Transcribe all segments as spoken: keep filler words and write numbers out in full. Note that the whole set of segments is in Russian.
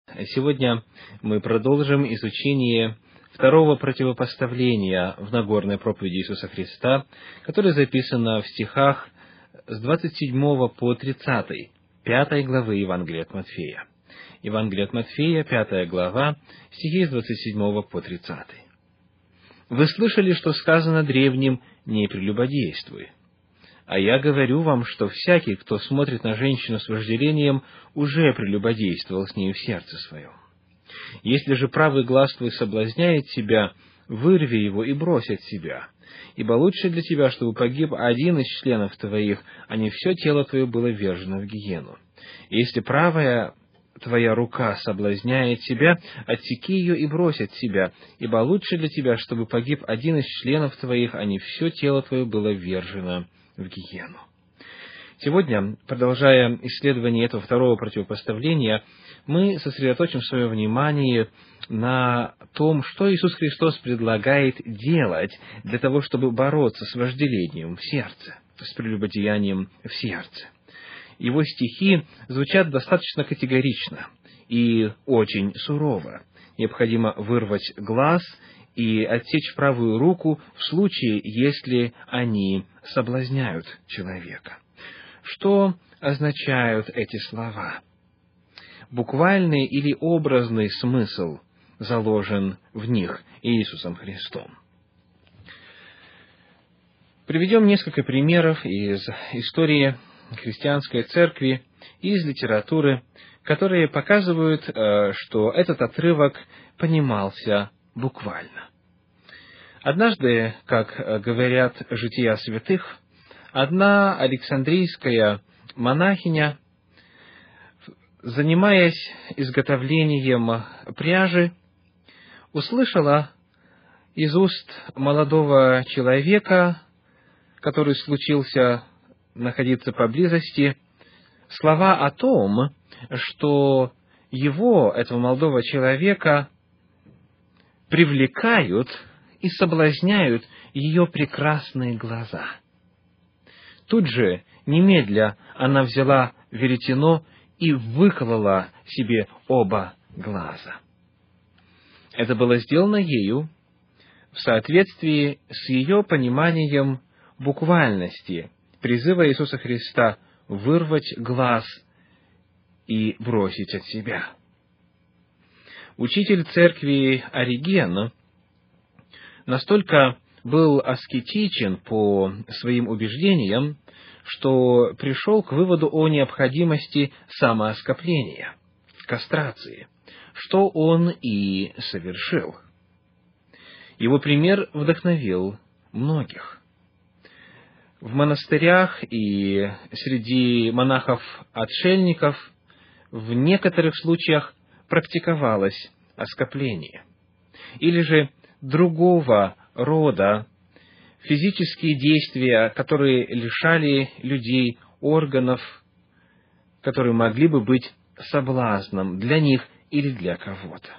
Сегодня мы продолжим изучение второго противопоставления в Нагорной проповеди Иисуса Христа, которое записано в стихах с двадцать седьмого по тридцатый, пятой главы Евангелия от Матфея. Евангелие от Матфея, пятая глава, стихи с двадцать седьмого по тридцатый. «Вы слышали, что сказано древним: не прелюбодействуй. А я говорю вам, что всякий, кто смотрит на женщину с вожделением, уже прелюбодействовал с нею в сердце своем. Если же правый глаз твой соблазняет тебя, вырви его и брось от себя, ибо лучше для тебя, чтобы погиб один из членов твоих, а не все тело твое было ввержено в гиену. И если правая твоя рука соблазняет тебя, отсеки ее и брось от себя, ибо лучше для тебя, чтобы погиб один из членов твоих, а не все тело твое было ввержено в гиену». Сегодня, продолжая исследование этого второго противопоставления, мы сосредоточим свое внимание на том, что Иисус Христос предлагает делать для того, чтобы бороться с вожделением в сердце, с прелюбодеянием в сердце. Его стихи звучат достаточно категорично и очень сурово. Необходимо вырвать глаз и отсечь правую руку в случае, если они соблазняют человека. Что означают эти слова? Буквальный или образный смысл заложен в них Иисусом Христом. Приведем несколько примеров из истории христианской церкви и из литературы, которые показывают, что этот отрывок понимался буквально. Однажды, как говорят жития святых, одна александрийская монахиня, занимаясь изготовлением пряжи, услышала из уст молодого человека, который случился находиться поблизости, слова о том, что его, этого молодого человека, привлекают и соблазняют ее прекрасные глаза. Тут же, немедля, она взяла веретено и выколола себе оба глаза. Это было сделано ею в соответствии с ее пониманием буквальности призыва Иисуса Христа вырвать глаз и бросить от себя. Учитель церкви Ориген настолько был аскетичен по своим убеждениям, что пришел к выводу о необходимости самооскопления, кастрации, что он и совершил. Его пример вдохновил многих. В монастырях и среди монахов-отшельников в некоторых случаях практиковалось оскопление. Или же другого рода физические действия, которые лишали людей органов, которые могли бы быть соблазном для них или для кого-то.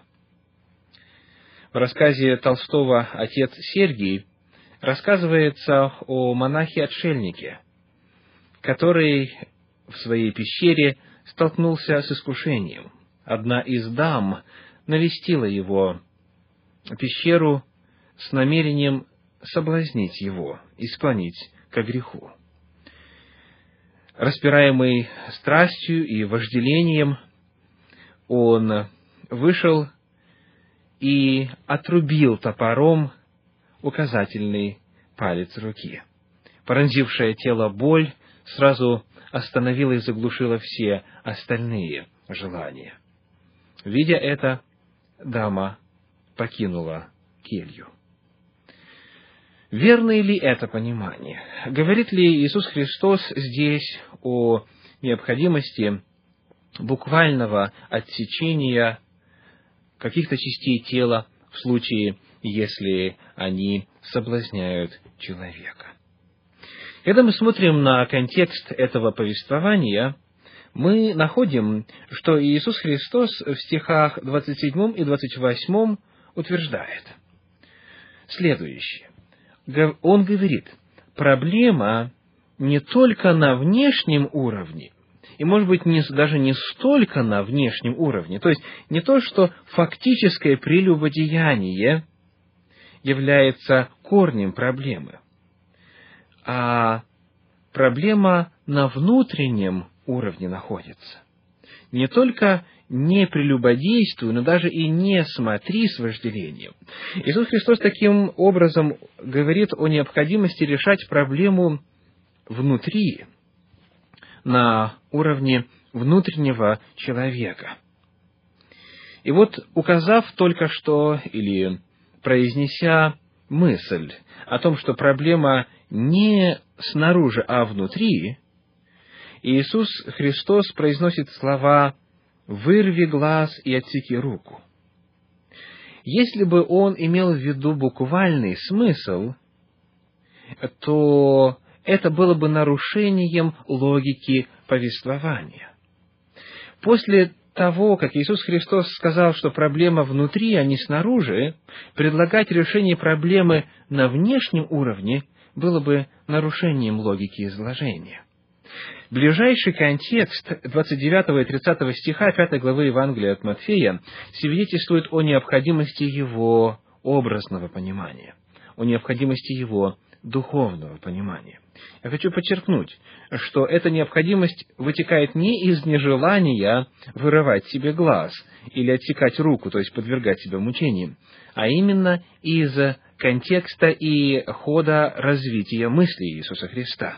В рассказе Толстого «Отец Сергий» рассказывается о монахе-отшельнике, который в своей пещере столкнулся с искушением. Одна из дам навестила его пещеру с намерением соблазнить его и склонить ко греху. Распираемый страстью и вожделением, он вышел и отрубил топором указательный палец руки. Пронзившая тело боль сразу остановила и заглушила все остальные желания. Видя это, дама покинула келью. Верно ли это понимание? Говорит ли Иисус Христос здесь о необходимости буквального отсечения каких-то частей тела в случае, если они соблазняют человека? Когда мы смотрим на контекст этого повествования, мы находим, что Иисус Христос в стихах двадцать седьмом и двадцать восьмом утверждает следующее. Он говорит, проблема не только на внешнем уровне и, может быть, не, даже не столько на внешнем уровне. То есть, не то, что фактическое прелюбодеяние является корнем проблемы, а проблема на внутреннем уровне находится. Не только не прелюбодействуй, но даже и не смотри с вожделением. Иисус Христос таким образом говорит о необходимости решать проблему внутри, на уровне внутреннего человека. И вот, указав только что, или произнеся мысль о том, что проблема не снаружи, а внутри, Иисус Христос произносит слова «вырви глаз и отсеки руку». Если бы Он имел в виду буквальный смысл, то это было бы нарушением логики повествования. После того, как Иисус Христос сказал, что проблема внутри, а не снаружи, предлагать решение проблемы на внешнем уровне было бы нарушением логики изложения. Ближайший контекст двадцать девятого и тридцатого стиха пятой главы Евангелия от Матфея свидетельствует о необходимости его образного понимания, о необходимости его духовного понимания. Я хочу подчеркнуть, что эта необходимость вытекает не из нежелания вырывать себе глаз или отсекать руку, то есть подвергать себя мучениям, а именно из контекста и хода развития мысли Иисуса Христа.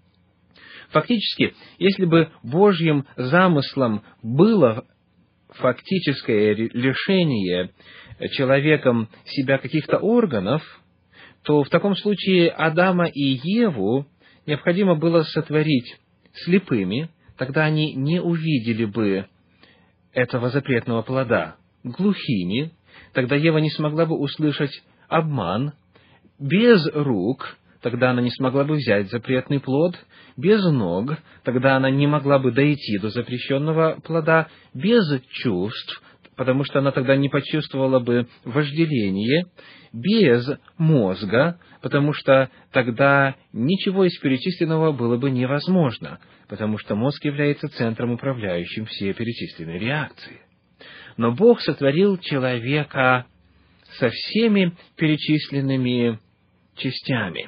Фактически, если бы Божьим замыслом было фактическое лишение человеком себя каких-то органов, то в таком случае Адама и Еву необходимо было сотворить слепыми, тогда они не увидели бы этого запретного плода, глухими, тогда Ева не смогла бы услышать обман, без рук, тогда она не смогла бы взять запретный плод, без ног, тогда она не могла бы дойти до запрещенного плода, без чувств, потому что она тогда не почувствовала бы вожделение, без мозга, потому что тогда ничего из перечисленного было бы невозможно, потому что мозг является центром, управляющим все перечисленные реакции. Но Бог сотворил человека со всеми перечисленными частями,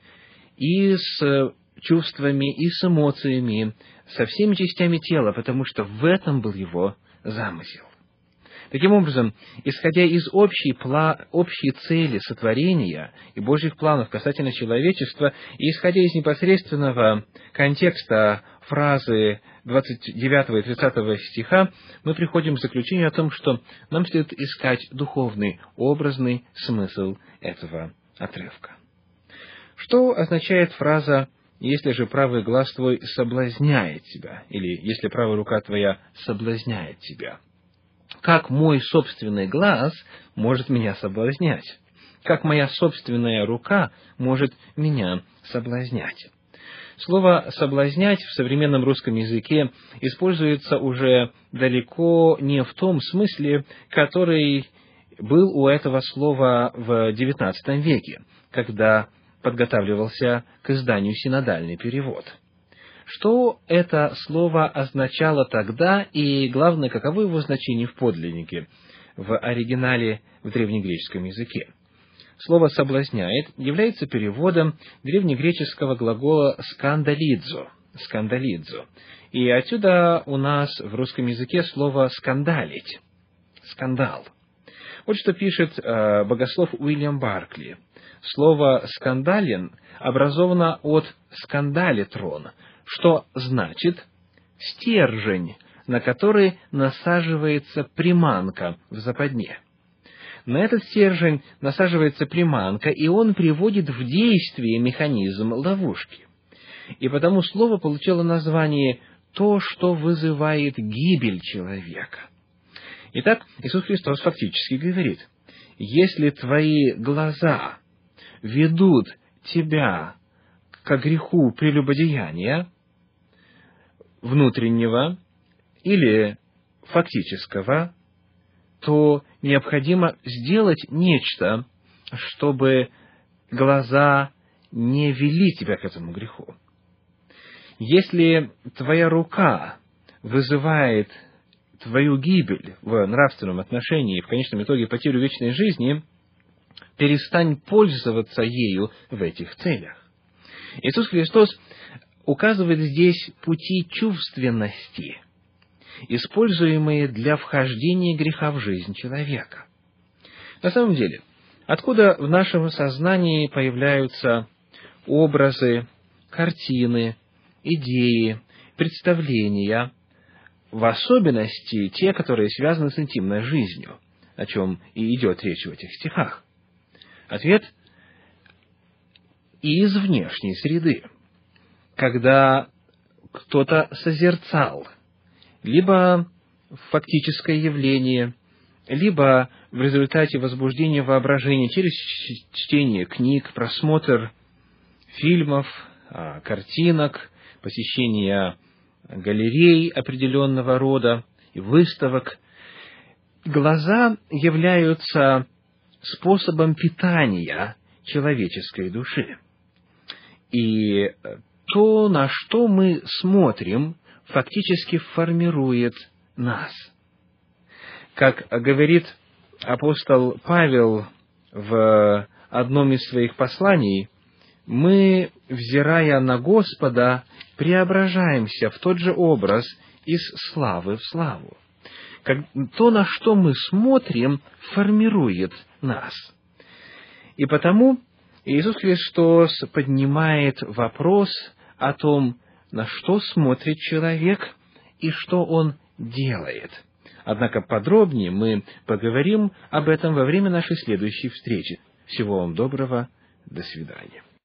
и с чувствами, и с эмоциями, со всеми частями тела, потому что в этом был его замысел. Таким образом, исходя из общей, пла... общей цели сотворения и Божьих планов касательно человечества, и исходя из непосредственного контекста фразы двадцать девятого и тридцатого стиха, мы приходим к заключению о том, что нам следует искать духовный, образный смысл этого отрывка. Что означает фраза «если же правый глаз твой соблазняет тебя» или «если правая рука твоя соблазняет тебя»? Как мой собственный глаз может меня соблазнять? Как моя собственная рука может меня соблазнять? Слово «соблазнять» в современном русском языке используется уже далеко не в том смысле, который был у этого слова в девятнадцатом веке, когда подготавливался к изданию синодальный перевод. Что это слово означало тогда, и, главное, каково его значение в подлиннике, в оригинале в древнегреческом языке? Слово «соблазняет» является переводом древнегреческого глагола «скандалидзо», «скандалидзо». И отсюда у нас в русском языке слово «скандалить», «скандал». Вот что пишет э, богослов Уильям Баркли. Слово «скандален» образовано от «скандалитрон», что значит «стержень», на который насаживается приманка в западне. На этот стержень насаживается приманка, и он приводит в действие механизм ловушки. И потому слово получило название «то, что вызывает гибель человека». Итак, Иисус Христос фактически говорит: если твои глаза ведут тебя к греху прелюбодеяния, внутреннего или фактического, то необходимо сделать нечто, чтобы глаза не вели тебя к этому греху. Если твоя рука вызывает твою гибель в нравственном отношении и в конечном итоге потерю вечной жизни, перестань пользоваться ею в этих целях. Иисус Христос указывает здесь пути чувственности, используемые для вхождения греха в жизнь человека. На самом деле, откуда в нашем сознании появляются образы, картины, идеи, представления, в особенности те, которые связаны с интимной жизнью, о чем и идет речь в этих стихах? Ответ – из внешней среды, когда кто-то созерцал либо фактическое явление, либо в результате возбуждения воображения через чтение книг, просмотр фильмов, картинок, посещение галерей определенного рода и выставок. Глаза являются способом питания человеческой души. И то, на что мы смотрим, фактически формирует нас. Как говорит апостол Павел в одном из своих посланий, мы, взирая на Господа, преображаемся в тот же образ из славы в славу. Как то, на что мы смотрим, формирует нас. И потому Иисус Христос поднимает вопрос о том, на что смотрит человек и что он делает. Однако подробнее мы поговорим об этом во время нашей следующей встречи. Всего вам доброго, до свидания.